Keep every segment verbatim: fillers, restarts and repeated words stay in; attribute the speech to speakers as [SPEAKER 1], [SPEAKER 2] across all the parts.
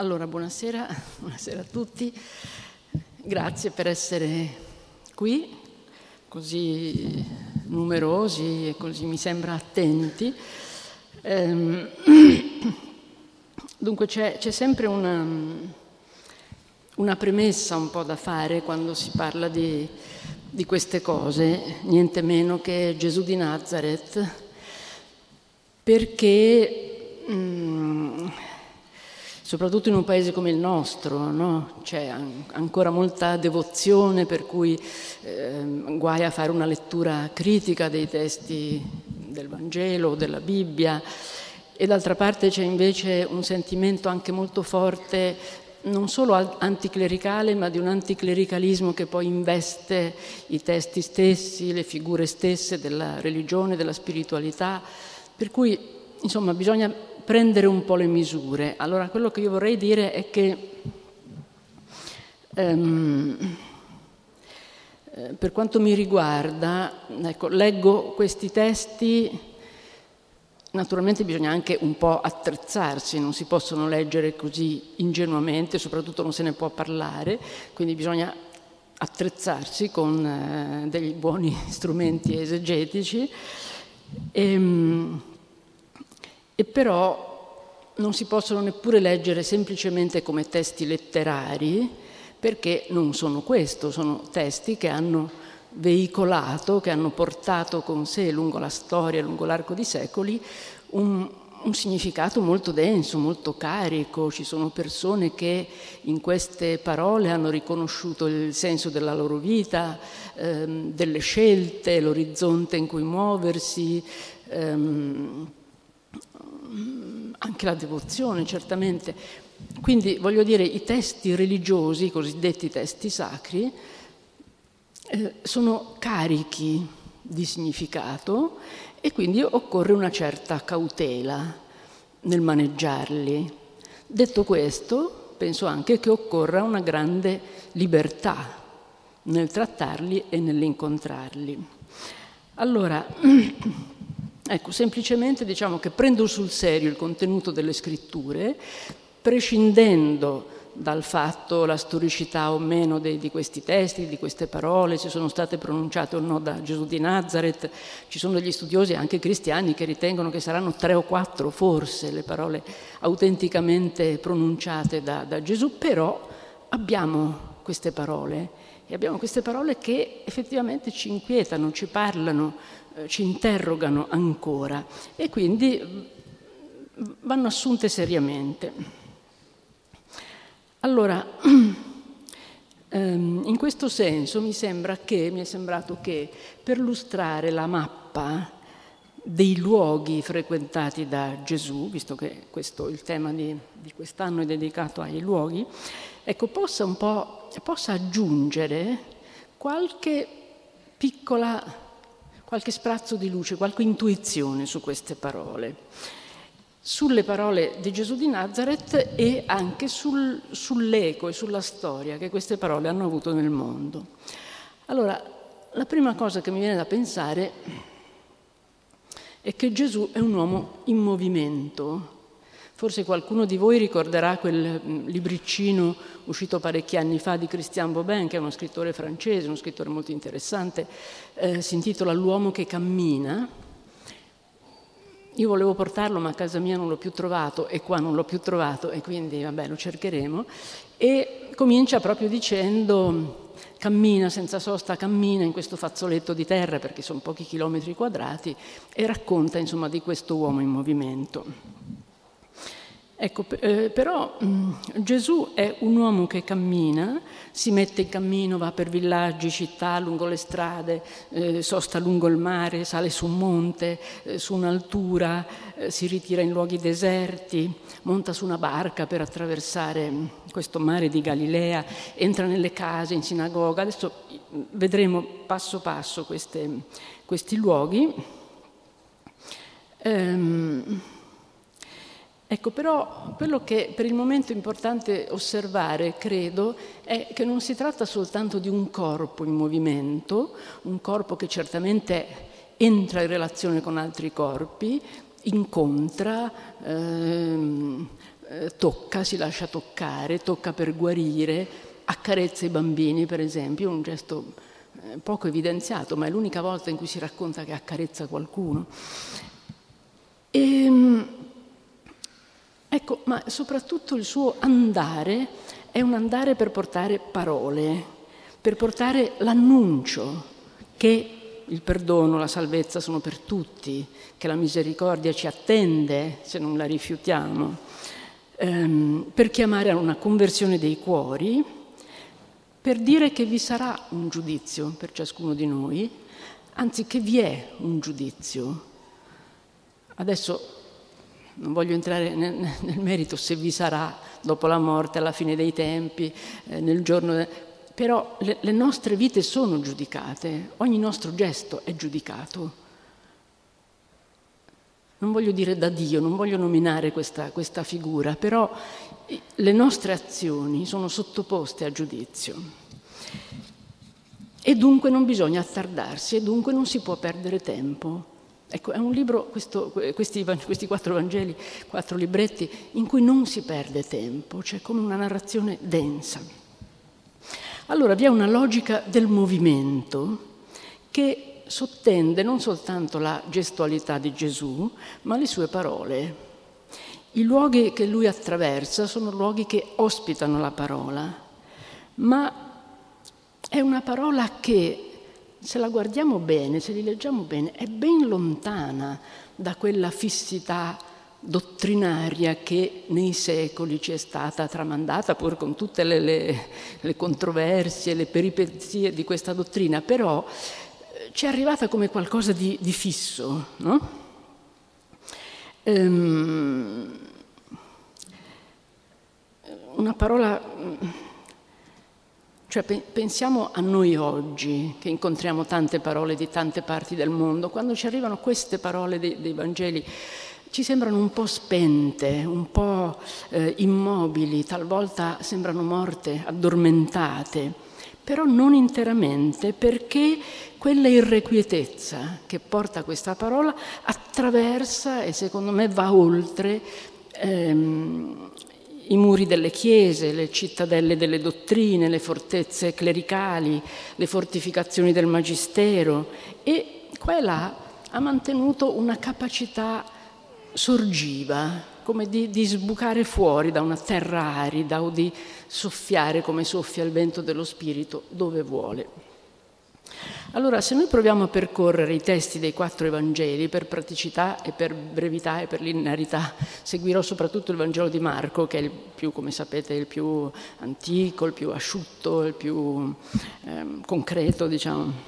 [SPEAKER 1] Allora, buonasera, buonasera a tutti. Grazie per essere qui, così numerosi e così mi sembra attenti. Ehm, dunque c'è, c'è sempre una, una premessa un po' da fare quando si parla di, di queste cose, niente meno che Gesù di Nazareth, perché mh, soprattutto in un paese come il nostro, no? C'è an- ancora molta devozione, per cui eh, guai a fare una lettura critica dei testi del Vangelo o della Bibbia, e d'altra parte c'è invece un sentimento anche molto forte, non solo anticlericale, ma di un anticlericalismo che poi investe i testi stessi, le figure stesse della religione, della spiritualità, per cui insomma bisogna prendere un po' le misure. Allora, quello che io vorrei dire è che ehm, eh, per quanto mi riguarda, ecco, leggo questi testi, naturalmente bisogna anche un po' attrezzarsi, non si possono leggere così ingenuamente, soprattutto non se ne può parlare, quindi bisogna attrezzarsi con eh, degli buoni strumenti esegetici. E, E però non si possono neppure leggere semplicemente come testi letterari, perché non sono questo, sono testi che hanno veicolato, che hanno portato con sé lungo la storia, lungo l'arco di secoli, un, un significato molto denso, molto carico. Ci sono persone che in queste parole hanno riconosciuto il senso della loro vita, ehm, delle scelte, l'orizzonte in cui muoversi, ehm, anche la devozione, certamente. Quindi, voglio dire, i testi religiosi, i cosiddetti testi sacri, eh, sono carichi di significato e quindi occorre una certa cautela nel maneggiarli. Detto questo, penso anche che occorra una grande libertà nel trattarli e nell'incontrarli. Allora, ecco, semplicemente diciamo che prendo sul serio il contenuto delle scritture, prescindendo dal fatto la storicità o meno dei, di questi testi, di queste parole, se sono state pronunciate o no da Gesù di Nazareth. Ci sono degli studiosi anche cristiani che ritengono che saranno tre o quattro forse le parole autenticamente pronunciate da, da Gesù, però abbiamo queste parole e abbiamo queste parole che effettivamente ci inquietano, ci parlano, eh, ci interrogano ancora e quindi vanno assunte seriamente. Allora, ehm, in questo senso mi sembra che, mi è sembrato che per illustrare la mappa dei luoghi frequentati da Gesù, visto che questo, il tema di, di quest'anno è dedicato ai luoghi, ecco, possa un po', possa aggiungere qualche piccola, qualche sprazzo di luce, qualche intuizione su queste parole. Sulle parole di Gesù di Nazareth e anche sul, sull'eco e sulla storia che queste parole hanno avuto nel mondo. Allora, la prima cosa che mi viene da pensare è che Gesù è un uomo in movimento. Forse qualcuno di voi ricorderà quel libriccino uscito parecchi anni fa di Christian Bobin, che è uno scrittore francese, uno scrittore molto interessante, eh, si intitola L'uomo che cammina. Io volevo portarlo, ma a casa mia non l'ho più trovato e qua non l'ho più trovato e quindi vabbè, lo cercheremo. E comincia proprio dicendo: cammina senza sosta, cammina in questo fazzoletto di terra, perché sono pochi chilometri quadrati, e racconta insomma di questo uomo in movimento. Ecco, eh, però mh, Gesù è un uomo che cammina, si mette in cammino, va per villaggi, città, lungo le strade, eh, sosta lungo il mare, sale su un monte, eh, su un'altura, eh, si ritira in luoghi deserti, monta su una barca per attraversare mh, questo mare di Galilea, entra nelle case, in sinagoga. Adesso vedremo passo passo queste, questi luoghi. Ehm, Ecco, però quello che per il momento è importante osservare, credo, è che non si tratta soltanto di un corpo in movimento, un corpo che certamente entra in relazione con altri corpi, incontra, ehm, eh, tocca, si lascia toccare, tocca per guarire, accarezza i bambini, per esempio, un gesto eh, poco evidenziato, ma è l'unica volta in cui si racconta che accarezza qualcuno. E, ecco, ma soprattutto il suo andare è un andare per portare parole, per portare l'annuncio che il perdono, la salvezza sono per tutti, che la misericordia ci attende se non la rifiutiamo, ehm, per chiamare a una conversione dei cuori, per dire che vi sarà un giudizio per ciascuno di noi, anzi che vi è un giudizio. Adesso non voglio entrare nel, nel merito se vi sarà dopo la morte, alla fine dei tempi, eh, nel giorno... De... Però le, le nostre vite sono giudicate, ogni nostro gesto è giudicato. Non voglio dire da Dio, non voglio nominare questa, questa figura, però le nostre azioni sono sottoposte a giudizio. E dunque non bisogna attardarsi, e dunque non si può perdere tempo. Ecco, è un libro, questo, questi, questi quattro Vangeli, quattro libretti, in cui non si perde tempo, c'è come una narrazione densa. Allora vi è una logica del movimento che sottende non soltanto la gestualità di Gesù, ma le sue parole. I luoghi che lui attraversa sono luoghi che ospitano la parola, ma è una parola che, se la guardiamo bene, se li leggiamo bene, è ben lontana da quella fissità dottrinaria che nei secoli ci è stata tramandata, pur con tutte le, le, le controversie, le peripezie di questa dottrina, però ci è arrivata come qualcosa di, di fisso, no? Ehm, una parola... Cioè pensiamo a noi oggi, che incontriamo tante parole di tante parti del mondo, quando ci arrivano queste parole dei, dei Vangeli ci sembrano un po' spente, un po' eh, immobili, talvolta sembrano morte, addormentate, però non interamente, perché quella irrequietezza che porta questa parola attraversa e secondo me va oltre ehm, i muri delle chiese, le cittadelle delle dottrine, le fortezze clericali, le fortificazioni del magistero, e qua e là ha mantenuto una capacità sorgiva, come di, di sbucare fuori da una terra arida o di soffiare come soffia il vento dello spirito dove vuole. Allora, se noi proviamo a percorrere i testi dei quattro Evangeli, per praticità e per brevità e per linearità, seguirò soprattutto il Vangelo di Marco, che è il più, come sapete, il più antico, il più asciutto, il più ehm, concreto, diciamo.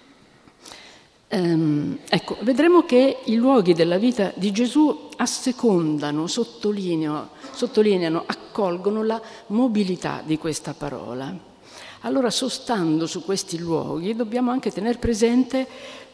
[SPEAKER 1] Ehm, ecco, vedremo che i luoghi della vita di Gesù assecondano, sottolineano, sottolineano, accolgono la mobilità di questa parola. Allora, sostando su questi luoghi, dobbiamo anche tenere presente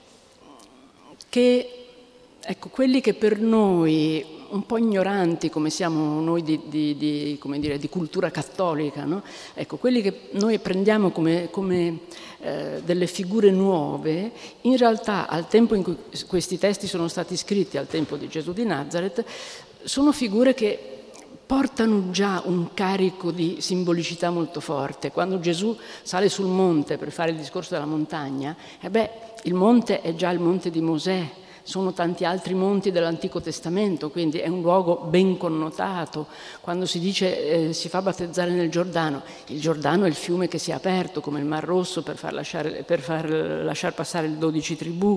[SPEAKER 1] che, ecco, quelli che per noi, un po' ignoranti come siamo noi di, di, di, come dire, di cultura cattolica, no? Ecco, quelli che noi prendiamo come, come eh, delle figure nuove, in realtà al tempo in cui questi testi sono stati scritti, al tempo di Gesù di Nazareth, sono figure che portano già un carico di simbolicità molto forte. Quando Gesù sale sul monte per fare il discorso della montagna, eh beh, il monte è già il monte di Mosè, sono tanti altri monti dell'Antico Testamento, quindi è un luogo ben connotato. Quando si dice eh, si fa battezzare nel Giordano, il Giordano è il fiume che si è aperto come il Mar Rosso per far lasciare, per far lasciar passare le dodici tribù.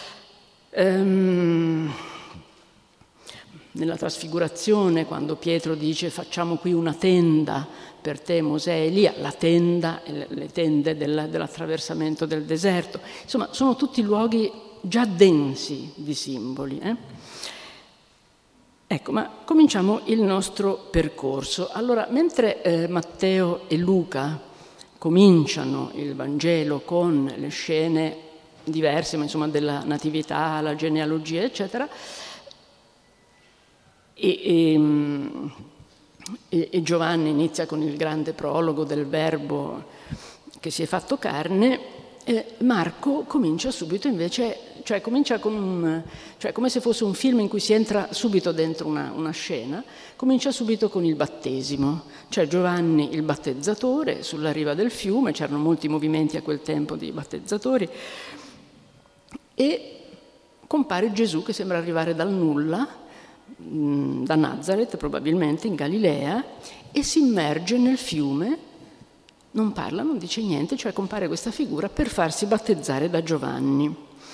[SPEAKER 1] Ehm... Nella trasfigurazione, quando Pietro dice facciamo qui una tenda per te, Mosè e Elia, la tenda, le tende del, dell'attraversamento del deserto, insomma sono tutti luoghi già densi di simboli. Eh? Ecco, ma cominciamo il nostro percorso. Allora, mentre eh, Matteo e Luca cominciano il Vangelo con le scene diverse, ma insomma della natività, la genealogia, eccetera, E, e, e Giovanni inizia con il grande prologo del Verbo che si è fatto carne, eh, Marco comincia subito invece cioè comincia con un, cioè come se fosse un film in cui si entra subito dentro una, una scena, comincia subito con il battesimo. C'è Giovanni il battezzatore sulla riva del fiume, c'erano molti movimenti a quel tempo di battezzatori, e compare Gesù che sembra arrivare dal nulla, mh, da Nazareth probabilmente, in Galilea, e si immerge nel fiume. Non parla, non dice niente, cioè compare questa figura per farsi battezzare da Giovanni.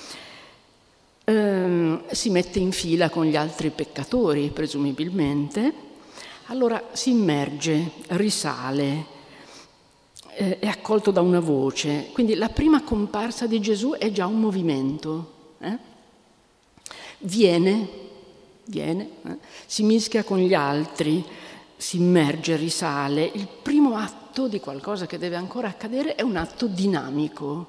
[SPEAKER 1] Ehm, si mette in fila con gli altri peccatori, presumibilmente. Allora si immerge, risale, eh, è accolto da una voce. Quindi la prima comparsa di Gesù è già un movimento. Eh? Viene, viene, eh? si mischia con gli altri, si immerge, risale. Il primo atto di qualcosa che deve ancora accadere è un atto dinamico,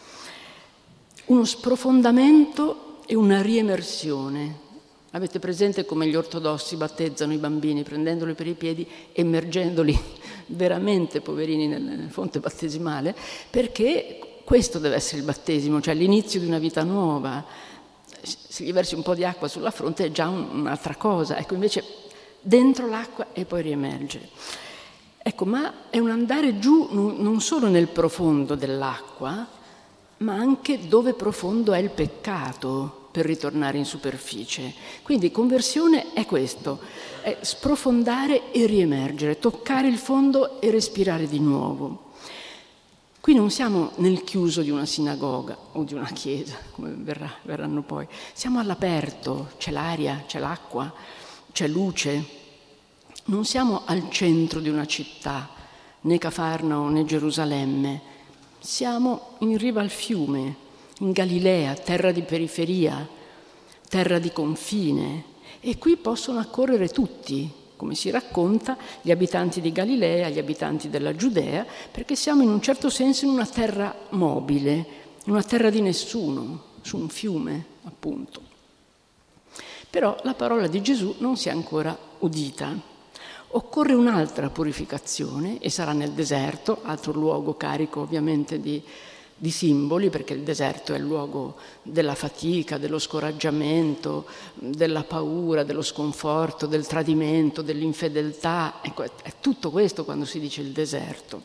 [SPEAKER 1] uno sprofondamento e una riemersione. Avete presente come gli ortodossi battezzano i bambini prendendoli per i piedi, immergendoli veramente, poverini, nel fonte battesimale? Perché questo deve essere il battesimo, cioè l'inizio di una vita nuova. Se gli versi un po' di acqua sulla fronte è già un'altra cosa. Ecco, invece dentro l'acqua e poi riemerge. Ecco, ma è un andare giù non solo nel profondo dell'acqua, ma anche dove profondo è il peccato, per ritornare in superficie. Quindi conversione è questo, è sprofondare e riemergere, toccare il fondo e respirare di nuovo. Qui non siamo nel chiuso di una sinagoga o di una chiesa, come verrà, verranno poi. Siamo all'aperto, c'è l'aria, c'è l'acqua, c'è luce. Non siamo al centro di una città, né Cafarnao né Gerusalemme. Siamo in riva al fiume, in Galilea, terra di periferia, terra di confine. E qui possono accorrere tutti, come si racconta, gli abitanti di Galilea, gli abitanti della Giudea, perché siamo in un certo senso in una terra mobile, in una terra di nessuno, su un fiume, appunto. Però la parola di Gesù non si è ancora udita. Occorre un'altra purificazione e sarà nel deserto, altro luogo carico ovviamente di, di simboli, perché il deserto è il luogo della fatica, dello scoraggiamento, della paura, dello sconforto, del tradimento, dell'infedeltà. Ecco, è tutto questo quando si dice il deserto.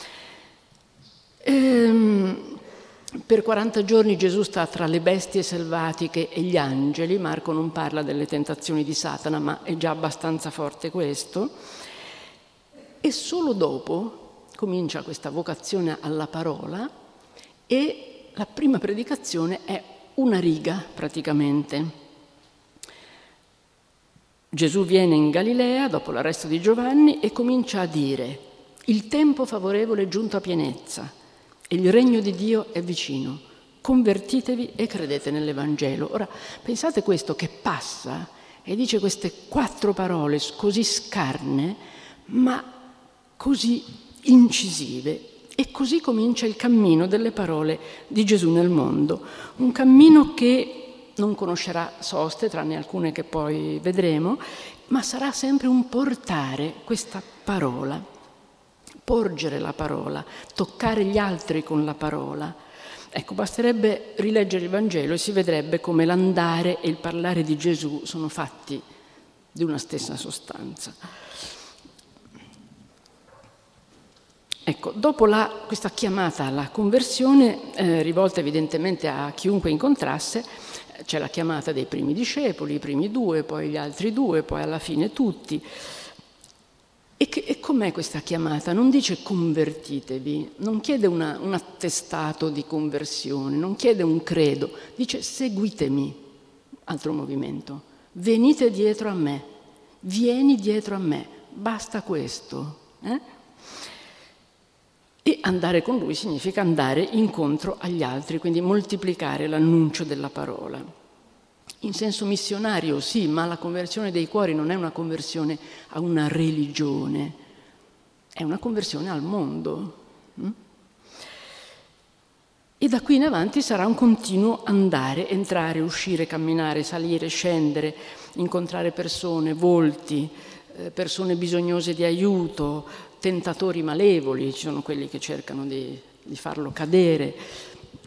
[SPEAKER 1] Ehm, per quaranta giorni Gesù sta tra le bestie selvatiche e gli angeli. Marco non parla delle tentazioni di Satana, ma è già abbastanza forte questo. E solo dopo comincia questa vocazione alla parola e la prima predicazione è una riga praticamente. Gesù viene in Galilea dopo l'arresto di Giovanni e comincia a dire: il tempo favorevole è giunto a pienezza e il regno di Dio è vicino. Convertitevi e credete nell'Evangelo. Ora, pensate questo che passa e dice queste quattro parole così scarne, ma così incisive. E così comincia il cammino delle parole di Gesù nel mondo. Un cammino che non conoscerà soste, tranne alcune che poi vedremo, ma sarà sempre un portare questa parola. Porgere la parola, toccare gli altri con la parola. Ecco, basterebbe rileggere il Vangelo e si vedrebbe come l'andare e il parlare di Gesù sono fatti di una stessa sostanza. Ecco, dopo la, questa chiamata alla conversione, eh, rivolta evidentemente a chiunque incontrasse, c'è la chiamata dei primi discepoli, i primi due, poi gli altri due, poi alla fine tutti. E, che, e com'è questa chiamata? Non dice convertitevi, non chiede una, un attestato di conversione, non chiede un credo, dice seguitemi, altro movimento, venite dietro a me, vieni dietro a me, basta questo. Eh? E andare con lui significa andare incontro agli altri, quindi moltiplicare l'annuncio della parola. In senso missionario sì, ma la conversione dei cuori non è una conversione a una religione, è una conversione al mondo. E da qui in avanti sarà un continuo andare, entrare, uscire, camminare, salire, scendere, incontrare persone, volti, persone bisognose di aiuto, tentatori malevoli, ci sono quelli che cercano di, di farlo cadere,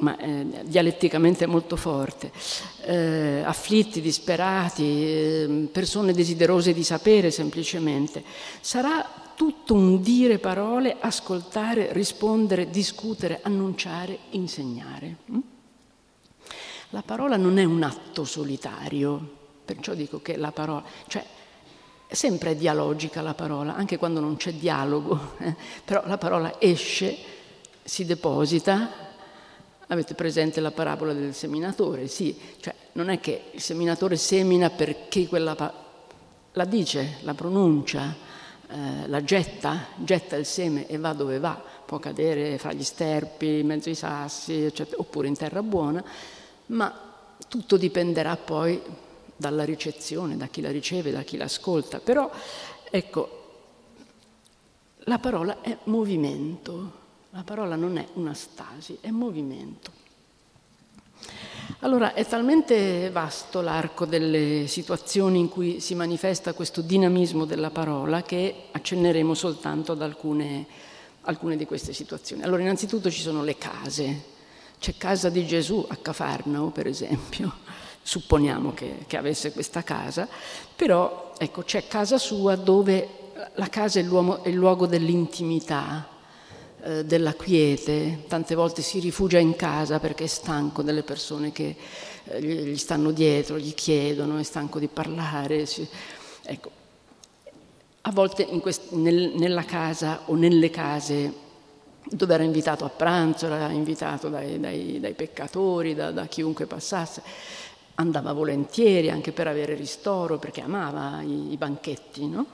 [SPEAKER 1] ma eh, dialetticamente molto forte, eh, afflitti, disperati, eh, persone desiderose di sapere semplicemente. Sarà tutto un dire parole, ascoltare, rispondere, discutere, annunciare, insegnare. La parola non è un atto solitario, perciò dico che la parola, cioè sempre è dialogica la parola, anche quando non c'è dialogo, eh? Però la parola esce, si deposita. Avete presente la parabola del seminatore? Sì, cioè non è che il seminatore semina perché quella pa- la dice, la pronuncia, eh, la getta, getta il seme e va dove va, può cadere fra gli sterpi, in mezzo ai sassi, eccetera, oppure in terra buona, ma tutto dipenderà poi dalla ricezione, da chi la riceve, da chi l'ascolta. Però, ecco, la parola è movimento, la parola non è una stasi, è movimento. Allora, è talmente vasto l'arco delle situazioni in cui si manifesta questo dinamismo della parola che accenneremo soltanto ad alcune, alcune di queste situazioni. Allora, innanzitutto ci sono le case. C'è casa di Gesù a Cafarnao, per esempio, supponiamo che, che avesse questa casa, però ecco, c'è casa sua dove la casa è, l'uomo, è il luogo dell'intimità, eh, della quiete. Tante volte si rifugia in casa perché è stanco delle persone che eh, gli, gli stanno dietro, gli chiedono, è stanco di parlare. Si, ecco, a volte in quest, nel, nella casa o nelle case dove era invitato a pranzo, era invitato dai, dai, dai peccatori, da, da chiunque passasse, andava volentieri anche per avere ristoro, perché amava i, i banchetti, no?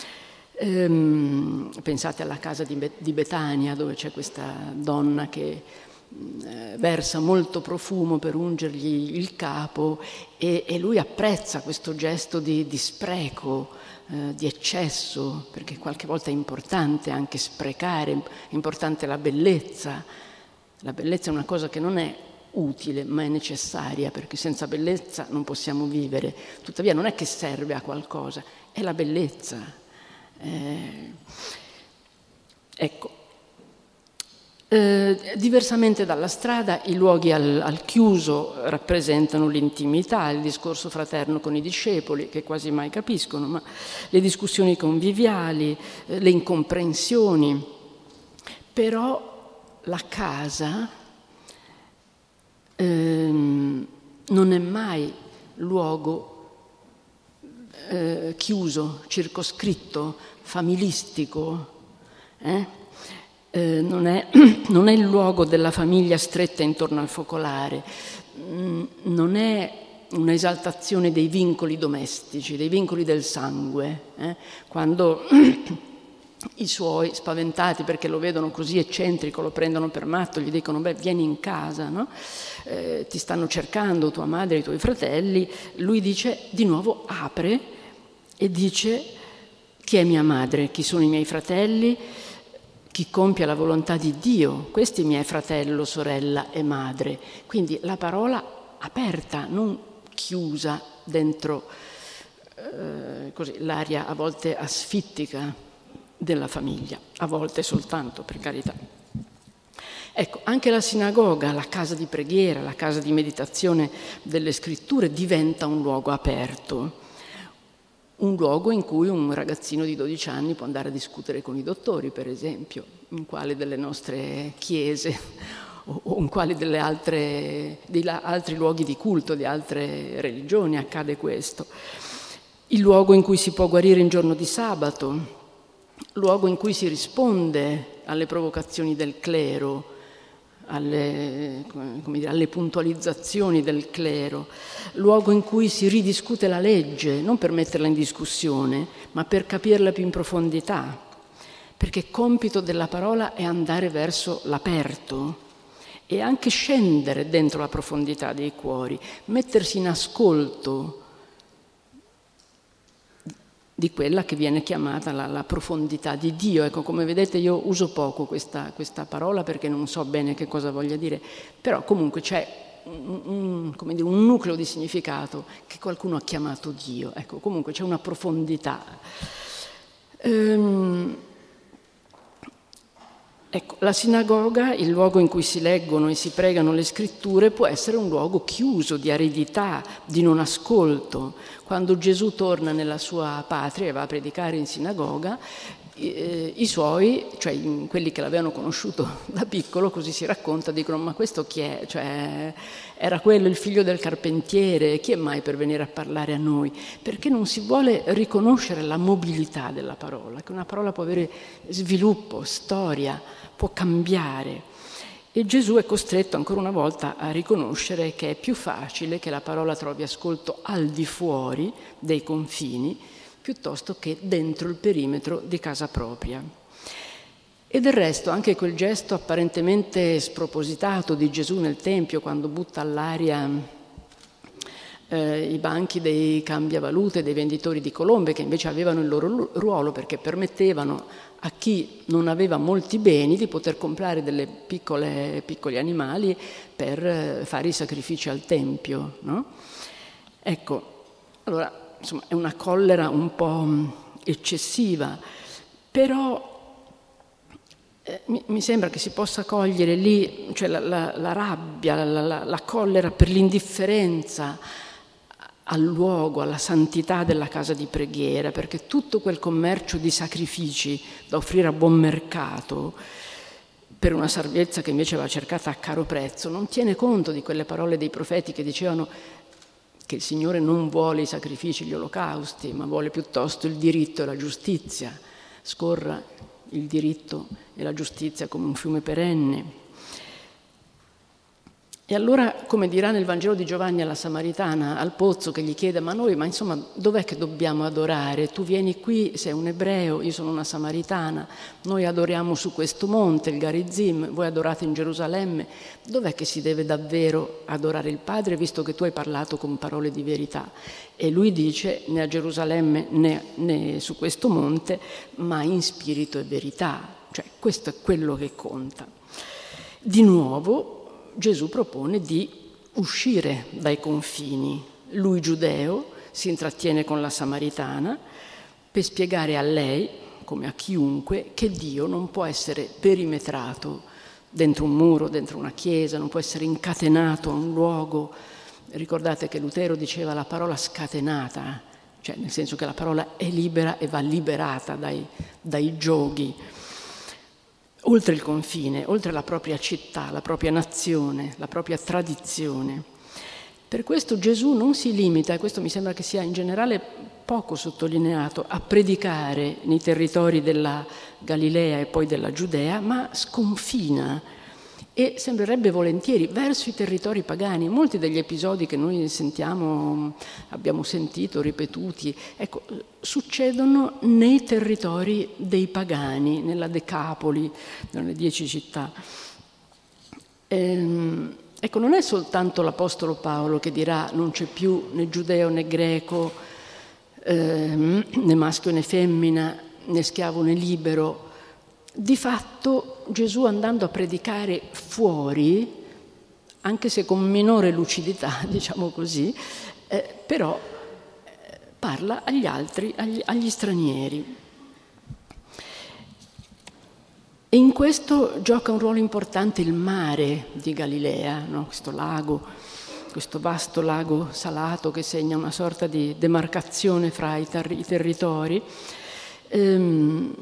[SPEAKER 1] Ehm, pensate alla casa di, Be- di Betania, dove c'è questa donna che eh, versa molto profumo per ungergli il capo, e, e lui apprezza questo gesto di, di spreco, eh, di eccesso, perché qualche volta è importante anche sprecare, è importante la bellezza. La bellezza è una cosa che non è utile, ma è necessaria, perché senza bellezza non possiamo vivere. Tuttavia non è che serve a qualcosa, è la bellezza. Eh, ecco. Eh, diversamente dalla strada, i luoghi al, al chiuso rappresentano l'intimità, il discorso fraterno con i discepoli, che quasi mai capiscono, ma le discussioni conviviali, eh, le incomprensioni. Però la casa ehm, non è mai luogo eh, chiuso, circoscritto, familistico, eh? Eh, non è, non è il luogo della famiglia stretta intorno al focolare, mm, non è un'esaltazione dei vincoli domestici, dei vincoli del sangue. Eh? Quando i suoi, spaventati perché lo vedono così eccentrico, lo prendono per matto, gli dicono: beh, vieni in casa, no? eh, ti stanno cercando tua madre e i tuoi fratelli. Lui dice, di nuovo apre e dice: chi è mia madre, chi sono i miei fratelli? Chi compie la volontà di Dio, questi miei fratello, sorella e madre. Quindi la parola aperta, non chiusa dentro eh, così, l'aria a volte asfittica della famiglia, a volte soltanto, per carità. Ecco, anche la sinagoga, la casa di preghiera, la casa di meditazione delle scritture diventa un luogo aperto. Un luogo in cui un ragazzino di dodici anni può andare a discutere con i dottori, per esempio, in quale delle nostre chiese o in quali delle altre, dei altri luoghi di culto, di altre religioni accade questo. Il luogo in cui si può guarire in giorno di sabato, luogo in cui si risponde alle provocazioni del clero, Alle, come dire, alle puntualizzazioni del clero, luogo in cui si ridiscute la legge, non per metterla in discussione, ma per capirla più in profondità, perché compito della parola è andare verso l'aperto e anche scendere dentro la profondità dei cuori, mettersi in ascolto di quella che viene chiamata la, la profondità di Dio. Ecco, come vedete io uso poco questa, questa parola perché non so bene che cosa voglia dire, però comunque c'è un, un, come dire, un nucleo di significato che qualcuno ha chiamato Dio. Ecco, comunque c'è una profondità. Ehm, Ecco, la sinagoga, il luogo in cui si leggono e si pregano le scritture, può essere un luogo chiuso, di aridità, di non ascolto. Quando Gesù torna nella sua patria e va a predicare in sinagoga, i, i suoi, cioè quelli che l'avevano conosciuto da piccolo, così si racconta, dicono: ma questo chi è? Cioè, era quello il figlio del carpentiere, chi è mai per venire a parlare a noi? Perché non si vuole riconoscere la mobilità della parola, che una parola può avere sviluppo, storia, può cambiare. E Gesù è costretto ancora una volta a riconoscere che è più facile che la parola trovi ascolto al di fuori dei confini piuttosto che dentro il perimetro di casa propria. E del resto anche quel gesto apparentemente spropositato di Gesù nel Tempio, quando butta all'aria eh, i banchi dei cambiavalute, dei venditori di colombe, che invece avevano il loro ruolo perché permettevano a chi non aveva molti beni di poter comprare delle piccole, piccoli animali per fare i sacrifici al Tempio, no? Ecco, allora, insomma, è una collera un po' eccessiva, però eh, mi, mi sembra che si possa cogliere lì, cioè la, la, la rabbia, la, la, la collera per l'indifferenza al luogo, alla santità della casa di preghiera, perché tutto quel commercio di sacrifici da offrire a buon mercato per una salvezza che invece va cercata a caro prezzo non tiene conto di quelle parole dei profeti che dicevano che il Signore non vuole i sacrifici, gli olocausti, ma vuole piuttosto il diritto e la giustizia. Scorra il diritto e la giustizia come un fiume perenne. E allora, come dirà nel Vangelo di Giovanni alla Samaritana, al pozzo, che gli chiede: ma noi, ma insomma, dov'è che dobbiamo adorare? Tu vieni qui, sei un ebreo, io sono una samaritana, noi adoriamo su questo monte, il Garizim, voi adorate in Gerusalemme, dov'è che si deve davvero adorare il Padre, visto che tu hai parlato con parole di verità? E lui dice: né a Gerusalemme né, né su questo monte, ma in spirito e verità. Cioè, questo è quello che conta. Di nuovo Gesù propone di uscire dai confini. Lui, giudeo, si intrattiene con la samaritana per spiegare a lei, come a chiunque, che Dio non può essere perimetrato dentro un muro, dentro una chiesa, non può essere incatenato a un luogo. Ricordate che Lutero diceva la parola scatenata, cioè nel senso che la parola è libera e va liberata dai, dai giochi. Oltre il confine, oltre la propria città, la propria nazione, la propria tradizione. Per questo Gesù non si limita, e questo mi sembra che sia in generale poco sottolineato, a predicare nei territori della Galilea e poi della Giudea, ma sconfina e sembrerebbe volentieri verso i territori pagani. Molti degli episodi che noi sentiamo, abbiamo sentito ripetuti, ecco, succedono nei territori dei pagani, nella Decapoli, nelle dieci città. Ehm, ecco, non è soltanto l'Apostolo Paolo che dirà non c'è più né giudeo né greco, ehm, né maschio né femmina, né schiavo né libero. Di fatto Gesù, andando a predicare fuori, anche se con minore lucidità, diciamo così, eh, però eh, parla agli altri, agli, agli stranieri. E in questo gioca un ruolo importante il mare di Galilea, no? Questo lago, questo vasto lago salato che segna una sorta di demarcazione fra i, ter- i territori. Ehm,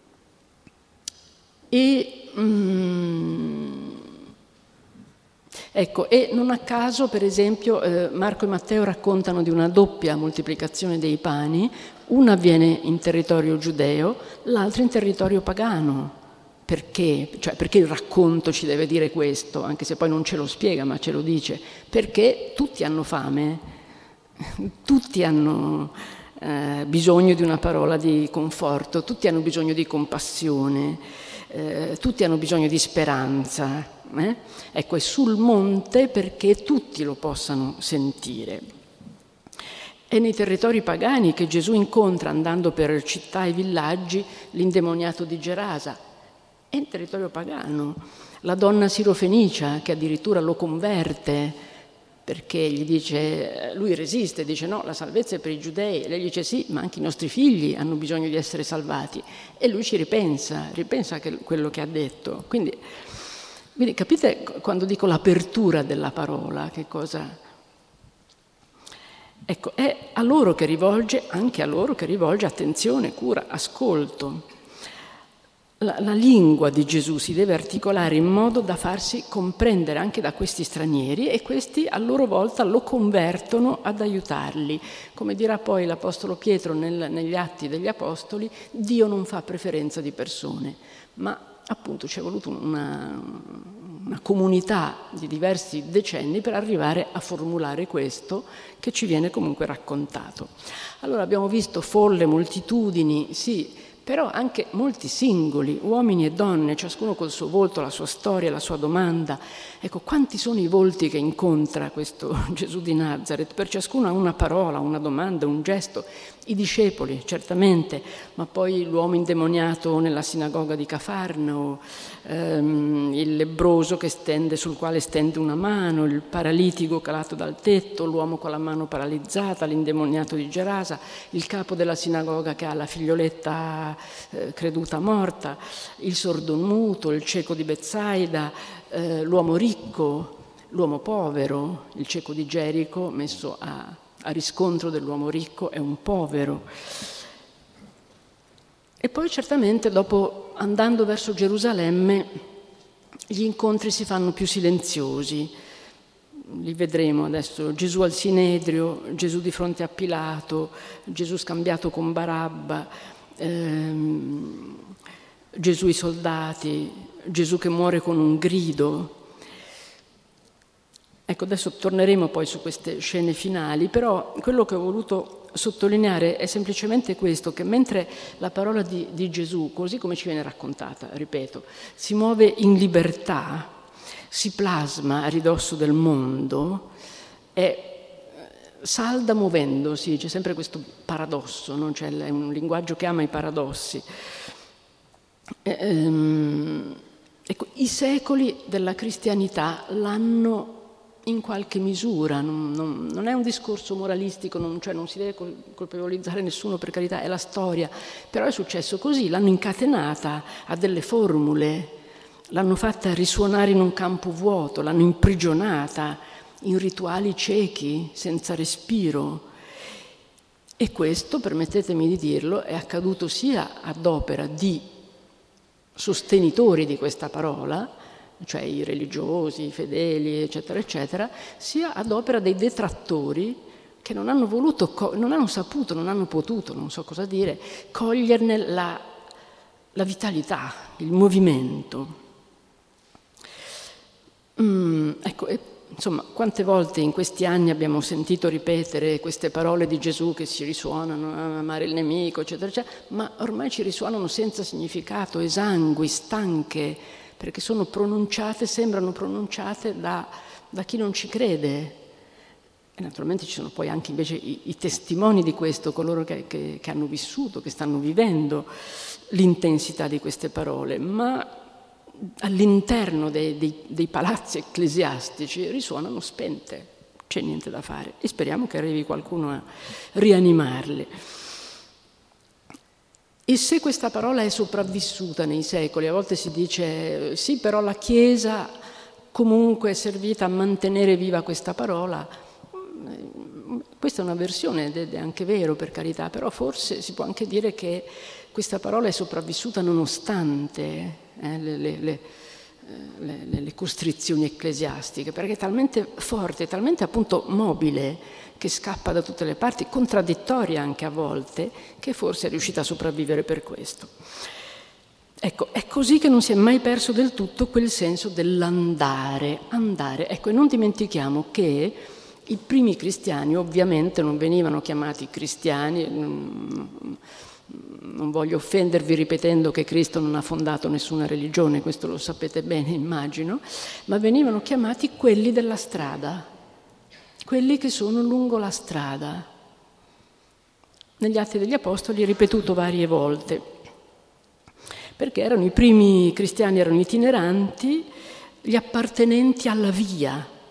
[SPEAKER 1] E, mm, ecco, e non a caso, per esempio, eh, Marco e Matteo raccontano di una doppia moltiplicazione dei pani, una avviene in territorio giudeo, l'altra in territorio pagano. Perché? Cioè, perché il racconto ci deve dire questo, anche se poi non ce lo spiega, ma ce lo dice? Perché tutti hanno fame, tutti hanno eh, bisogno di una parola di conforto, tutti hanno bisogno di compassione. Eh, tutti hanno bisogno di speranza, eh? Ecco, è sul monte perché tutti lo possano sentire. È nei territori pagani che Gesù incontra, andando per città e villaggi, l'indemoniato di Gerasa. È in territorio pagano. La donna sirofenicia che addirittura lo converte, perché gli dice, lui resiste, dice no, la salvezza è per i giudei, e lei dice sì, ma anche i nostri figli hanno bisogno di essere salvati, e lui ci ripensa, ripensa a quello che ha detto. Quindi, quindi capite quando dico l'apertura della parola, che cosa... Ecco, è a loro che rivolge, anche a loro che rivolge attenzione, cura, ascolto. La, la lingua di Gesù si deve articolare in modo da farsi comprendere anche da questi stranieri, e questi a loro volta lo convertono ad aiutarli. Come dirà poi l'Apostolo Pietro nel, negli Atti degli Apostoli, Dio non fa preferenza di persone, ma appunto ci è voluto una, una comunità di diversi decenni per arrivare a formulare questo che ci viene comunque raccontato. Allora abbiamo visto folle, moltitudini, sì, però anche molti singoli, uomini e donne, ciascuno col suo volto, la sua storia, la sua domanda. Ecco, quanti sono i volti che incontra questo Gesù di Nazareth? Per ciascuno ha una parola, una domanda, un gesto. I discepoli, certamente, ma poi l'uomo indemoniato nella sinagoga di Cafarnao, ehm, il lebbroso che stende, sul quale stende una mano, il paralitico calato dal tetto, l'uomo con la mano paralizzata, l'indemoniato di Gerasa, il capo della sinagoga che ha la figlioletta eh, creduta morta, il sordomuto, il cieco di Betsaida, eh, l'uomo ricco, l'uomo povero, il cieco di Gerico messo a a riscontro dell'uomo ricco è un povero. E poi certamente dopo, andando verso Gerusalemme, gli incontri si fanno più silenziosi. Li vedremo adesso: Gesù al Sinedrio, Gesù di fronte a Pilato, Gesù scambiato con Barabba, ehm, Gesù ai soldati, Gesù che muore con un grido. Ecco, adesso torneremo poi su queste scene finali, però quello che ho voluto sottolineare è semplicemente questo, che mentre la parola di, di Gesù, così come ci viene raccontata, ripeto, si muove in libertà, si plasma a ridosso del mondo, è salda muovendosi, c'è sempre questo paradosso, no? Cioè, è un linguaggio che ama i paradossi. Ehm, ecco, i secoli della cristianità l'hanno in qualche misura, non, non, non è un discorso moralistico, non, cioè non si deve colpevolizzare nessuno, per carità, è la storia, però è successo così, l'hanno incatenata a delle formule, l'hanno fatta risuonare in un campo vuoto, l'hanno imprigionata in rituali ciechi, senza respiro. E questo, permettetemi di dirlo, è accaduto sia ad opera di sostenitori di questa parola, cioè i religiosi, i fedeli, eccetera, eccetera, sia ad opera dei detrattori che non hanno voluto, non hanno saputo, non hanno potuto, non so cosa dire, coglierne la, la vitalità, il movimento. Mm, ecco, e, insomma, quante volte in questi anni abbiamo sentito ripetere queste parole di Gesù che ci risuonano, amare il nemico, eccetera, eccetera, ma ormai ci risuonano senza significato, esangui, stanche, perché sono pronunciate, sembrano pronunciate da, da chi non ci crede. E naturalmente ci sono poi anche invece i, i testimoni di questo, coloro che, che, che hanno vissuto, che stanno vivendo l'intensità di queste parole, ma all'interno dei, dei, dei palazzi ecclesiastici risuonano spente, c'è niente da fare, e speriamo che arrivi qualcuno a rianimarle. E se questa parola è sopravvissuta nei secoli, a volte si dice sì, però la Chiesa comunque è servita a mantenere viva questa parola. Questa è una versione, ed è anche vero, per carità, però forse si può anche dire che questa parola è sopravvissuta nonostante eh, le, le, le, le, le costrizioni ecclesiastiche, perché è talmente forte, talmente appunto mobile, che scappa da tutte le parti, contraddittoria anche a volte, che forse è riuscita a sopravvivere per questo. Ecco, è così che non si è mai perso del tutto quel senso dell'andare, andare. Ecco, e non dimentichiamo che i primi cristiani ovviamente non venivano chiamati cristiani, non voglio offendervi ripetendo che Cristo non ha fondato nessuna religione, questo lo sapete bene, immagino, ma venivano chiamati quelli della strada, quelli che sono lungo la strada. Negli Atti degli Apostoli è ripetuto varie volte, perché erano i primi cristiani, erano itineranti, gli appartenenti alla via,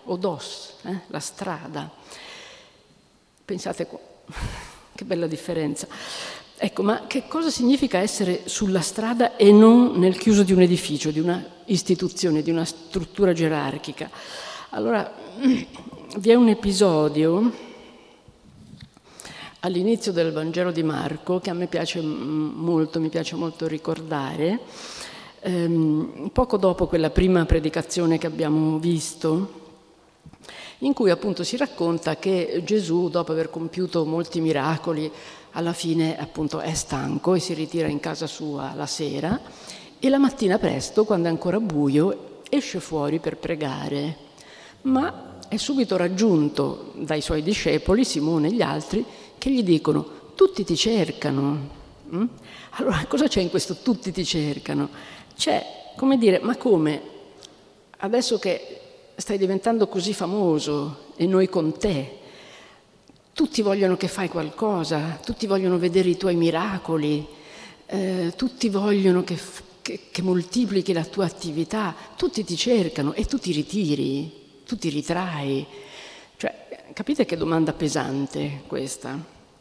[SPEAKER 1] odos, eh? La strada. Pensate, che bella differenza. Ecco, ma che cosa significa essere sulla strada e non nel chiuso di un edificio, di una istituzione, di una struttura gerarchica? Allora, vi è un episodio all'inizio del Vangelo di Marco che a me piace molto, mi piace molto ricordare, ehm, poco dopo quella prima predicazione che abbiamo visto, in cui appunto si racconta che Gesù, dopo aver compiuto molti miracoli, alla fine appunto è stanco e si ritira in casa sua la sera e la mattina presto, quando è ancora buio, esce fuori per pregare, ma è subito raggiunto dai suoi discepoli, Simone e gli altri, che gli dicono: tutti ti cercano. Mm? Allora, cosa c'è in questo tutti ti cercano? C'è, come dire, ma come? Adesso che stai diventando così famoso e noi con te, tutti vogliono che fai qualcosa, tutti vogliono vedere i tuoi miracoli, eh, tutti vogliono che, che, che moltiplichi la tua attività, tutti ti cercano e tu ti ritiri, tu ti ritrai. Cioè, capite che domanda pesante questa?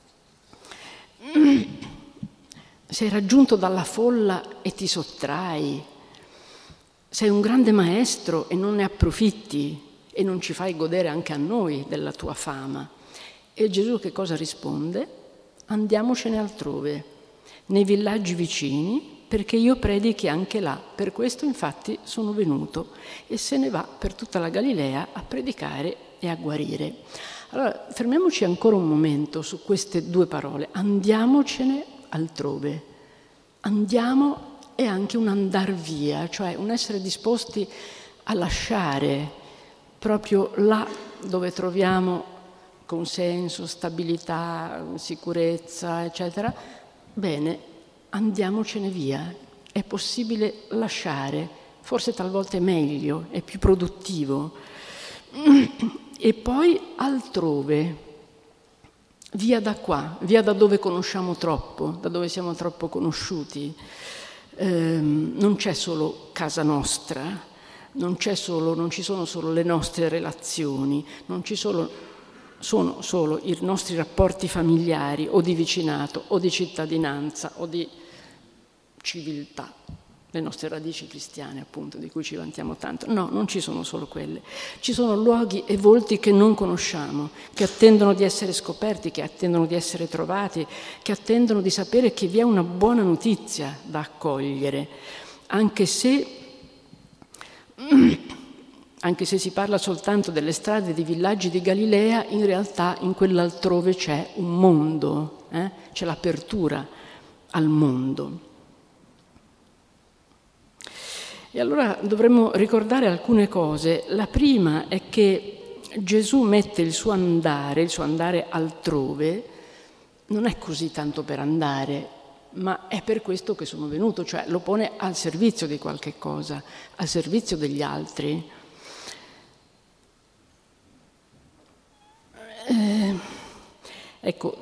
[SPEAKER 1] Sei raggiunto dalla folla e ti sottrai. Sei un grande maestro e non ne approfitti e non ci fai godere anche a noi della tua fama. E Gesù che cosa risponde? Andiamocene altrove, nei villaggi vicini, perché io predichi anche là. Per questo infatti sono venuto. E se ne va per tutta la Galilea a predicare e a guarire. Allora, fermiamoci ancora un momento su queste due parole. Andiamocene altrove. Andiamo è anche un andar via, cioè un essere disposti a lasciare proprio là dove troviamo consenso, stabilità, sicurezza, eccetera. Bene, andiamocene via. È possibile lasciare, forse talvolta è meglio, è più produttivo. E poi altrove, via da qua, via da dove conosciamo troppo, da dove siamo troppo conosciuti. Ehm, non c'è solo casa nostra, non c'è solo, non ci sono solo le nostre relazioni, non ci sono, sono solo i nostri rapporti familiari o di vicinato o di cittadinanza o di civiltà, le nostre radici cristiane appunto di cui ci vantiamo tanto. No, non ci sono solo quelle, ci sono luoghi e volti che non conosciamo, che attendono di essere scoperti, che attendono di essere trovati, che attendono di sapere che vi è una buona notizia da accogliere, anche se anche se si parla soltanto delle strade dei villaggi di Galilea, in realtà in quell'altrove c'è un mondo, eh? C'è l'apertura al mondo. E allora dovremmo ricordare alcune cose. La prima è che Gesù mette il suo andare, il suo andare altrove, non è così tanto per andare, ma è per questo che sono venuto, cioè lo pone al servizio di qualche cosa, al servizio degli altri. Eh, ecco,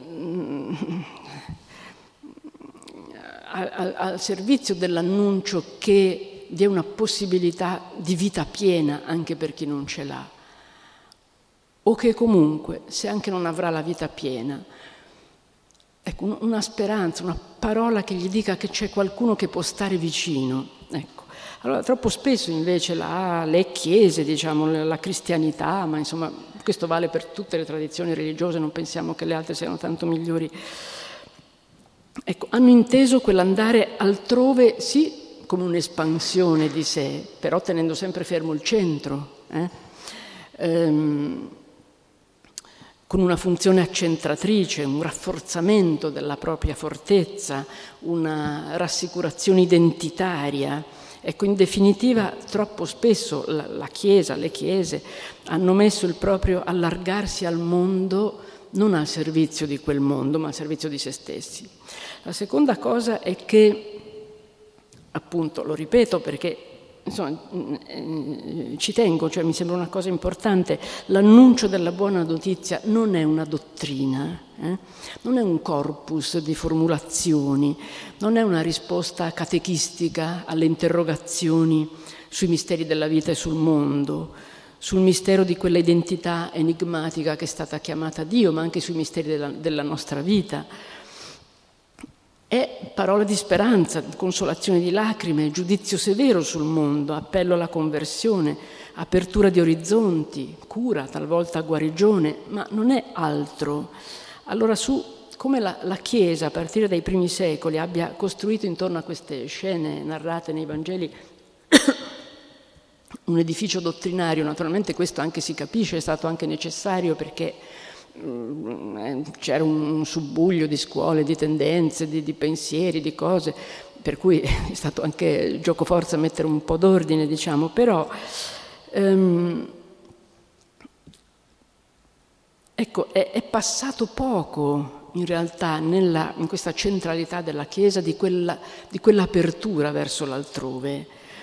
[SPEAKER 1] al, al servizio dell'annuncio che vi è una possibilità di vita piena anche per chi non ce l'ha, o che comunque, se anche non avrà la vita piena, ecco, una speranza, una parola che gli dica che c'è qualcuno che può stare vicino. Ecco. Allora, troppo spesso invece la, le chiese, diciamo, la cristianità, ma insomma questo vale per tutte le tradizioni religiose, non pensiamo che le altre siano tanto migliori, ecco, hanno inteso quell'andare altrove, sì, come un'espansione di sé, però tenendo sempre fermo il centro, eh? Ehm, con una funzione accentratrice, un rafforzamento della propria fortezza, una rassicurazione identitaria. Ecco, in definitiva, troppo spesso la, la Chiesa, le Chiese, hanno messo il proprio allargarsi al mondo non al servizio di quel mondo, ma al servizio di se stessi. La seconda cosa è che, appunto, lo ripeto perché insomma, ci tengo, cioè mi sembra una cosa importante, l'annuncio della buona notizia non è una dottrina, eh? Non è un corpus di formulazioni, non è una risposta catechistica alle interrogazioni sui misteri della vita e sul mondo, sul mistero di quella identità enigmatica che è stata chiamata Dio, ma anche sui misteri della, della nostra vita. È parola di speranza, consolazione di lacrime, giudizio severo sul mondo, appello alla conversione, apertura di orizzonti, cura, talvolta guarigione, ma non è altro. Allora, su come la, la Chiesa, a partire dai primi secoli, abbia costruito intorno a queste scene narrate nei Vangeli un edificio dottrinario, naturalmente questo anche si capisce, è stato anche necessario perché c'era un subbuglio di scuole, di tendenze, di, di pensieri, di cose, per cui è stato anche giocoforza mettere un po' d'ordine, diciamo, però ehm, ecco, è, è passato poco in realtà nella, in questa centralità della Chiesa di, quella, di quell'apertura verso l'altrove.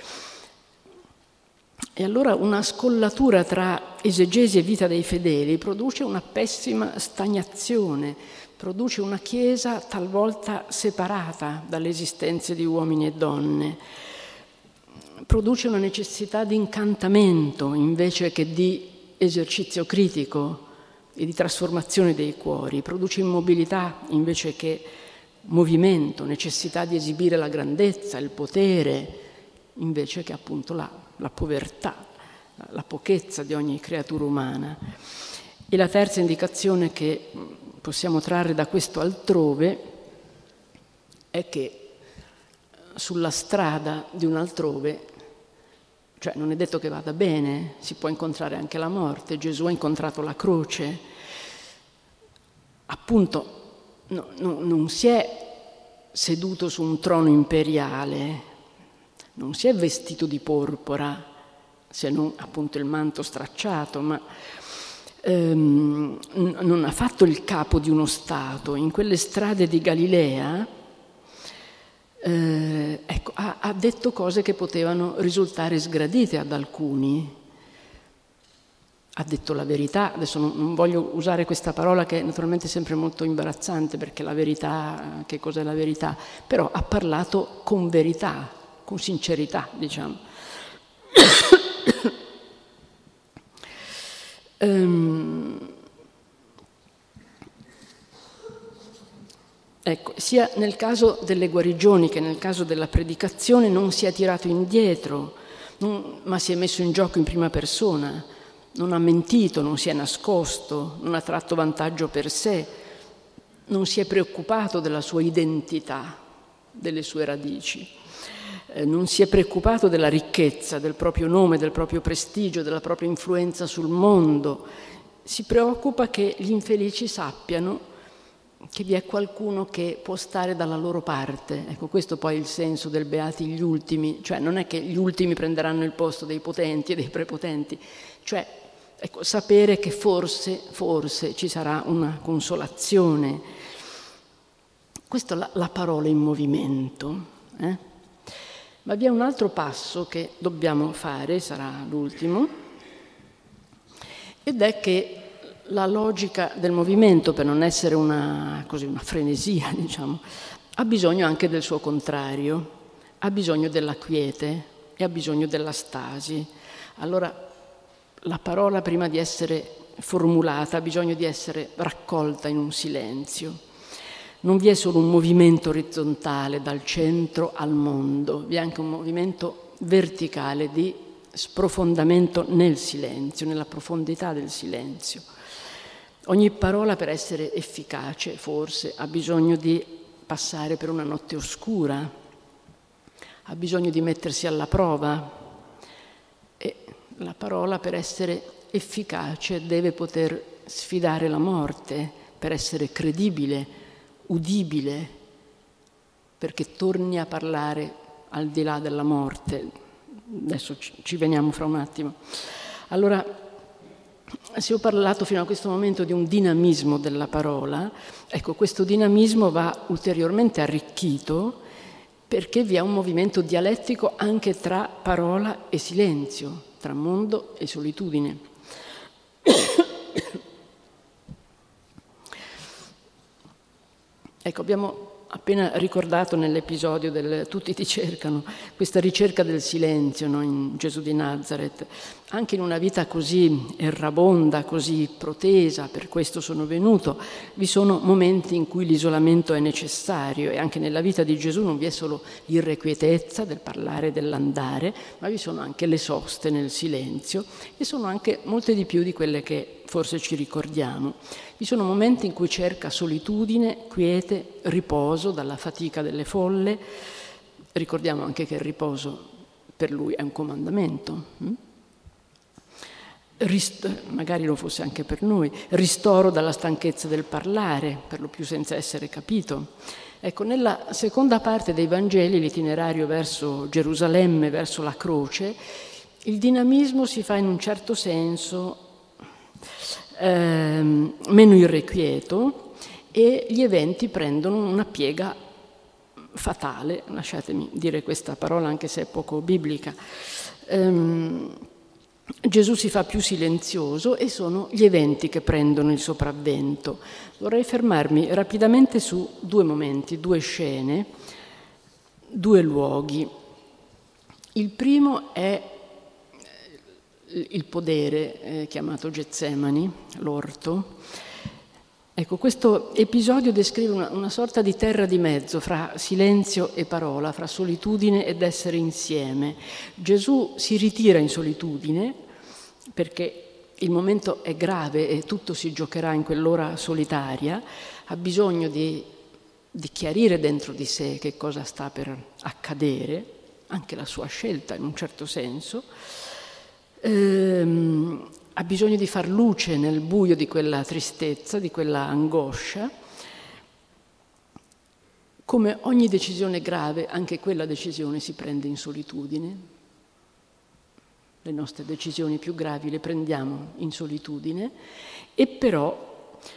[SPEAKER 1] E allora una scollatura tra esegesi e vita dei fedeli produce una pessima stagnazione, produce una Chiesa talvolta separata dalle esistenze di uomini e donne, produce una necessità di incantamento invece che di esercizio critico e di trasformazione dei cuori, produce immobilità invece che movimento, necessità di esibire la grandezza, il potere, invece che appunto la, la povertà, la pochezza di ogni creatura umana. E la terza indicazione che possiamo trarre da questo altrove è che sulla strada di un altrove, cioè non è detto che vada bene, si può incontrare anche la morte. Gesù ha incontrato la croce, appunto no, no, non si è seduto su un trono imperiale, non si è vestito di porpora, se non appunto il manto stracciato, ma ehm, non ha fatto il capo di uno Stato. In quelle strade di Galilea eh, ecco, ha, ha detto cose che potevano risultare sgradite ad alcuni. Ha detto la verità, adesso non, non voglio usare questa parola che è naturalmente sempre molto imbarazzante, perché la verità, che cos'è la verità? Però ha parlato con verità, con sincerità, diciamo. um, ecco, sia nel caso delle guarigioni che nel caso della predicazione non si è tirato indietro, non, ma si è messo in gioco in prima persona, non ha mentito, non si è nascosto, non ha tratto vantaggio per sé, non si è preoccupato della sua identità, delle sue radici. Non si è preoccupato della ricchezza, del proprio nome, del proprio prestigio, della propria influenza sul mondo. Si preoccupa che gli infelici sappiano che vi è qualcuno che può stare dalla loro parte. Ecco, questo poi è il senso del beati gli ultimi, cioè non è che gli ultimi prenderanno il posto dei potenti e dei prepotenti, cioè ecco, sapere che forse, forse ci sarà una consolazione. Questa è la, la parola in movimento, eh? Ma vi è un altro passo che dobbiamo fare, sarà l'ultimo, ed è che la logica del movimento, per non essere una, così, una frenesia, diciamo, ha bisogno anche del suo contrario, ha bisogno della quiete e ha bisogno della stasi. Allora, la parola, prima di essere formulata, ha bisogno di essere raccolta in un silenzio. Non vi è solo un movimento orizzontale dal centro al mondo, vi è anche un movimento verticale di sprofondamento nel silenzio, nella profondità del silenzio. Ogni parola, per essere efficace, forse, ha bisogno di passare per una notte oscura, ha bisogno di mettersi alla prova, e la parola, per essere efficace, deve poter sfidare la morte, per essere credibile, udibile, perché torni a parlare al di là della morte. Adesso ci veniamo fra un attimo. Allora, se ho parlato fino a questo momento di un dinamismo della parola, ecco, questo dinamismo va ulteriormente arricchito perché vi è un movimento dialettico anche tra parola e silenzio, tra mondo e solitudine. Ecco, abbiamo appena ricordato nell'episodio del Tutti ti cercano, questa ricerca del silenzio, no, in Gesù di Nazareth. Anche in una vita così errabonda, così protesa, per questo sono venuto, vi sono momenti in cui l'isolamento è necessario, e anche nella vita di Gesù non vi è solo l'irrequietezza del parlare e dell'andare, ma vi sono anche le soste nel silenzio, e sono anche molte di più di quelle che forse ci ricordiamo. Vi sono momenti in cui cerca solitudine, quiete, riposo dalla fatica delle folle. Ricordiamo anche che il riposo per lui è un comandamento. Rist- magari lo fosse anche per noi. Ristoro dalla stanchezza del parlare, per lo più senza essere capito. Ecco, nella seconda parte dei Vangeli, l'itinerario verso Gerusalemme, verso la croce, il dinamismo si fa in un certo senso Ehm, meno irrequieto, e gli eventi prendono una piega fatale, lasciatemi dire questa parola anche se è poco biblica. Ehm, Gesù si fa più silenzioso e sono gli eventi che prendono il sopravvento. Vorrei fermarmi rapidamente su due momenti, due scene, due luoghi. Il primo è il podere, eh, chiamato Getsemani, l'orto. Ecco, questo episodio descrive una, una sorta di terra di mezzo fra silenzio e parola, fra solitudine ed essere insieme. Gesù si ritira in solitudine perché il momento è grave e tutto si giocherà in quell'ora solitaria, ha bisogno di, di chiarire dentro di sé che cosa sta per accadere, anche la sua scelta in un certo senso. Ehm, ha bisogno di far luce nel buio di quella tristezza, di quella angoscia. Come ogni decisione grave, anche quella decisione si prende in solitudine. Le nostre decisioni più gravi le prendiamo in solitudine, e però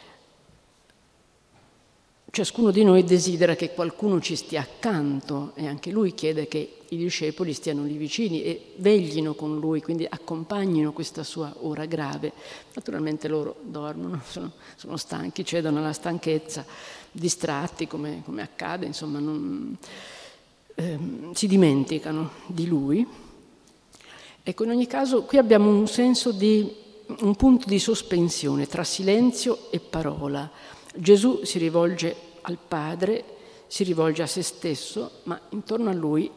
[SPEAKER 1] ciascuno di noi desidera che qualcuno ci stia accanto, e anche lui chiede che i discepoli stiano lì vicini e veglino con lui, quindi accompagnino questa sua ora grave. Naturalmente loro dormono, sono, sono stanchi, cedono alla stanchezza, distratti come, come accade, insomma, non, ehm, si dimenticano di lui. Ecco, in ogni caso qui abbiamo un senso di, un punto di sospensione tra silenzio e parola. Gesù si rivolge al Padre, si rivolge a se stesso, ma intorno a lui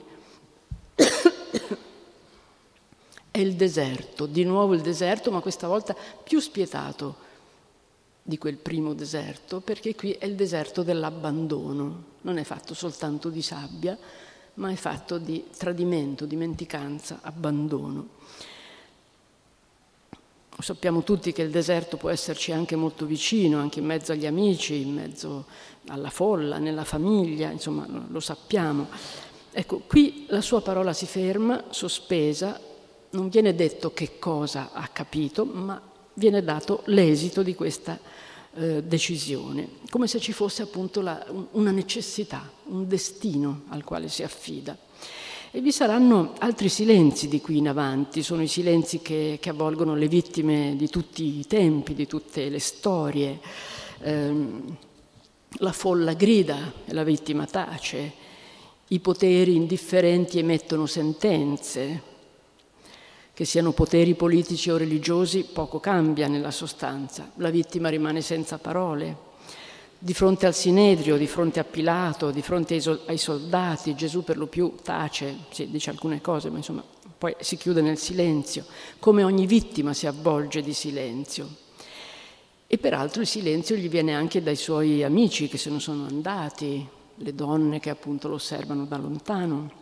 [SPEAKER 1] è il deserto, di nuovo il deserto, ma questa volta più spietato di quel primo deserto, perché qui è il deserto dell'abbandono. Non è fatto soltanto di sabbia, ma è fatto di tradimento, dimenticanza, abbandono. Sappiamo tutti che il deserto può esserci anche molto vicino, anche in mezzo agli amici, in mezzo alla folla, nella famiglia, insomma, lo sappiamo. Ecco, qui la sua parola si ferma, sospesa, non viene detto che cosa ha capito, ma viene dato l'esito di questa eh, decisione, come se ci fosse appunto la, una necessità, un destino al quale si affida. E vi saranno altri silenzi di qui in avanti, sono i silenzi che, che avvolgono le vittime di tutti i tempi, di tutte le storie. Ehm, la folla grida e la vittima tace, i poteri indifferenti emettono sentenze. Che siano poteri politici o religiosi poco cambia nella sostanza, la vittima rimane senza parole. Di fronte al Sinedrio, di fronte a Pilato, di fronte ai, ai soldati, Gesù per lo più tace, sì, dice alcune cose, ma insomma poi si chiude nel silenzio, come ogni vittima si avvolge di silenzio. E peraltro il silenzio gli viene anche dai suoi amici che se ne sono andati, le donne che appunto lo osservano da lontano.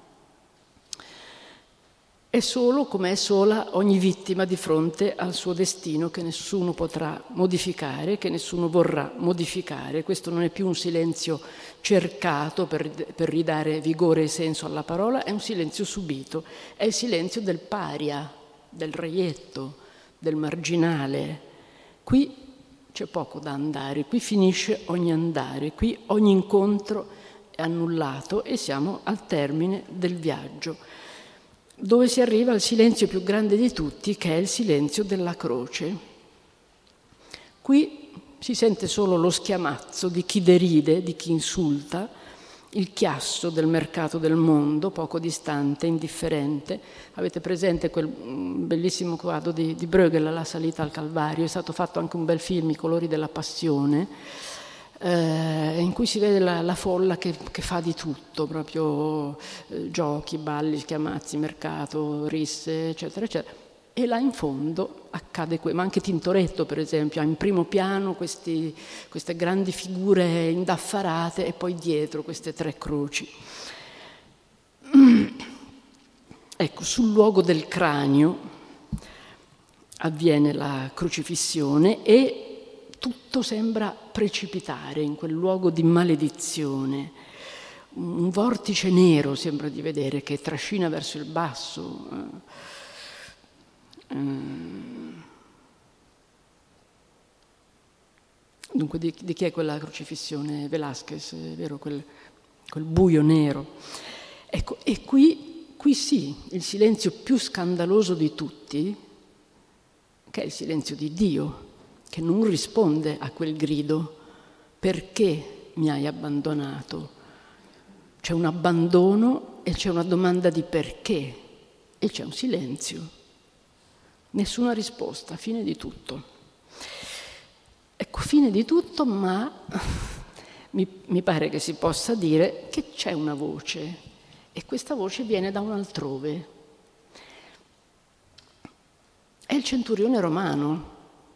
[SPEAKER 1] È solo come è sola ogni vittima di fronte al suo destino che nessuno potrà modificare, che nessuno vorrà modificare. Questo non è più un silenzio cercato per, per ridare vigore e senso alla parola, è un silenzio subito, è il silenzio del paria, del reietto, del marginale. Qui c'è poco da andare, qui finisce ogni andare, qui ogni incontro è annullato e siamo al termine del viaggio, dove si arriva al silenzio più grande di tutti, che è il silenzio della croce. Qui si sente solo lo schiamazzo di chi deride, di chi insulta, il chiasso del mercato del mondo, poco distante, indifferente. Avete presente quel bellissimo quadro di, di Bruegel, La salita al Calvario? È stato fatto anche un bel film, I colori della passione, eh, in cui si vede la, la folla che, che fa di tutto, proprio eh, giochi, balli, schiamazzi, mercato, risse, eccetera, eccetera. E là in fondo accade quello, ma anche Tintoretto per esempio ha in primo piano questi, queste grandi figure indaffarate e poi dietro queste tre croci. Ecco, sul luogo del cranio avviene la crocifissione e tutto sembra precipitare in quel luogo di maledizione. Un vortice nero sembra di vedere che trascina verso il basso. Dunque di, di chi è quella crocifissione? Velázquez, è vero, quel, quel buio nero. Ecco, e qui, qui sì, il silenzio più scandaloso di tutti, che è il silenzio di Dio, che non risponde a quel grido: perché mi hai abbandonato? C'è un abbandono e c'è una domanda di perché, e c'è un silenzio. Nessuna risposta, fine di tutto. Ecco, fine di tutto, ma mi, mi pare che si possa dire che c'è una voce, e questa voce viene da un altrove. È il centurione romano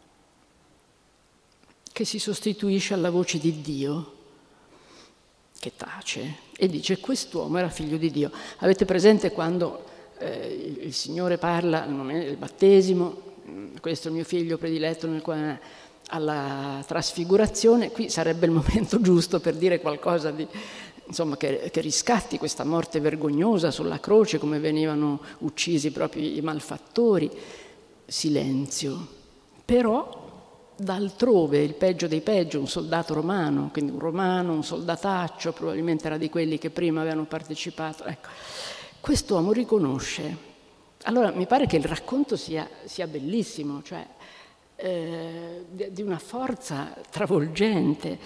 [SPEAKER 1] che si sostituisce alla voce di Dio, che tace e dice: quest'uomo era figlio di Dio. Avete presente quando Eh, il Signore parla al momento del battesimo, questo è il mio figlio prediletto, nel quale, alla trasfigurazione? Qui sarebbe il momento giusto per dire qualcosa di, insomma, che, che riscatti questa morte vergognosa sulla croce, come venivano uccisi proprio i malfattori. Silenzio. Però d'altrove, il peggio dei peggio, un soldato romano, quindi un romano, un soldataccio, probabilmente era di quelli che prima avevano partecipato, ecco. Quest'uomo riconosce. Allora mi pare che il racconto sia, sia bellissimo, cioè eh, di una forza travolgente.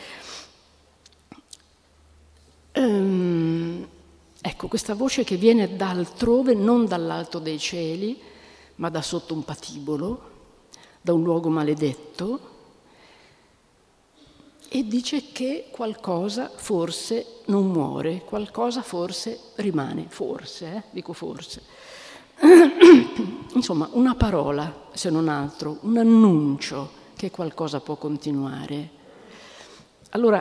[SPEAKER 1] Ehm, ecco, questa voce che viene da altrove, non dall'alto dei cieli, ma da sotto un patibolo, da un luogo maledetto, e dice che qualcosa forse non muore, qualcosa forse rimane, forse, eh? dico forse. Insomma, una parola, se non altro, un annuncio che qualcosa può continuare. Allora,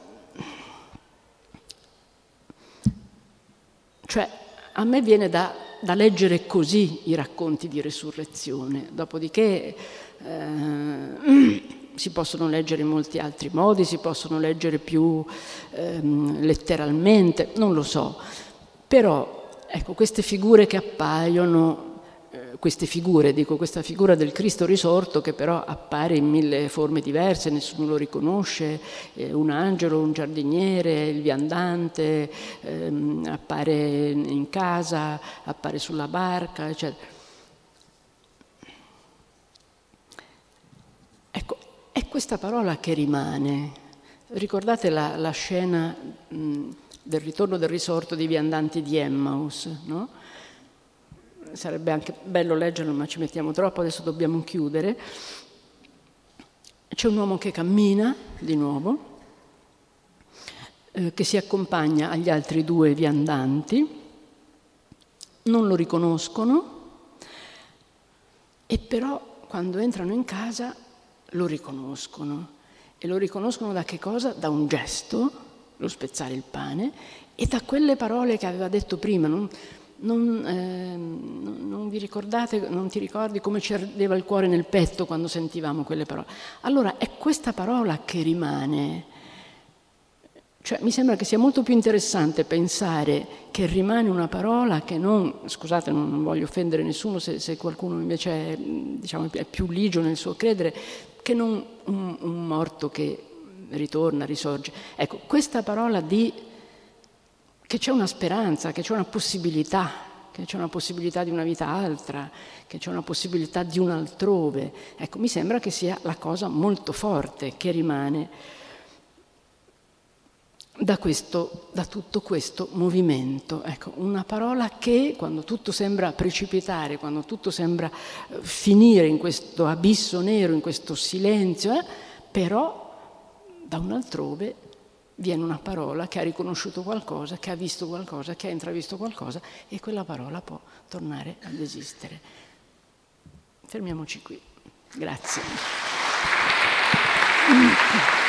[SPEAKER 1] cioè, a me viene da, da leggere così i racconti di resurrezione, dopodiché eh, si possono leggere in molti altri modi, si possono leggere più ehm, letteralmente, non lo so. Però, ecco, queste figure che appaiono, eh, queste figure, dico, questa figura del Cristo risorto che però appare in mille forme diverse, nessuno lo riconosce, eh, un angelo, un giardiniere, il viandante, ehm, appare in casa, appare sulla barca, eccetera. Ecco, è questa parola che rimane. Ricordate la, la scena mh, del ritorno del risorto dei viandanti di Emmaus, no? Sarebbe anche bello leggerlo, ma ci mettiamo troppo, adesso dobbiamo chiudere. C'è un uomo che cammina, di nuovo, eh, che si accompagna agli altri due viandanti, non lo riconoscono, e però quando entrano in casa lo riconoscono. E lo riconoscono da che cosa? Da un gesto, lo spezzare il pane, e da quelle parole che aveva detto prima. Non, non, eh, non vi ricordate, non ti ricordi come ci ardeva il cuore nel petto quando sentivamo quelle parole? Allora è questa parola che rimane. Cioè, mi sembra che sia molto più interessante pensare che rimane una parola che non, scusate, non, non voglio offendere nessuno se, se qualcuno invece è, diciamo, è più ligio nel suo credere, che non un, un morto che ritorna, risorge. Ecco, questa parola di che c'è una speranza, che c'è una possibilità, che c'è una possibilità di una vita altra, che c'è una possibilità di un altrove. Ecco, mi sembra che sia la cosa molto forte che rimane. da, questo, da tutto questo movimento. Ecco, una parola che, quando tutto sembra precipitare, quando tutto sembra finire in questo abisso nero, in questo silenzio, eh, però da un altrove viene una parola che ha riconosciuto qualcosa, che ha visto qualcosa, che ha intravisto qualcosa, e quella parola può tornare ad esistere. Fermiamoci qui. Grazie.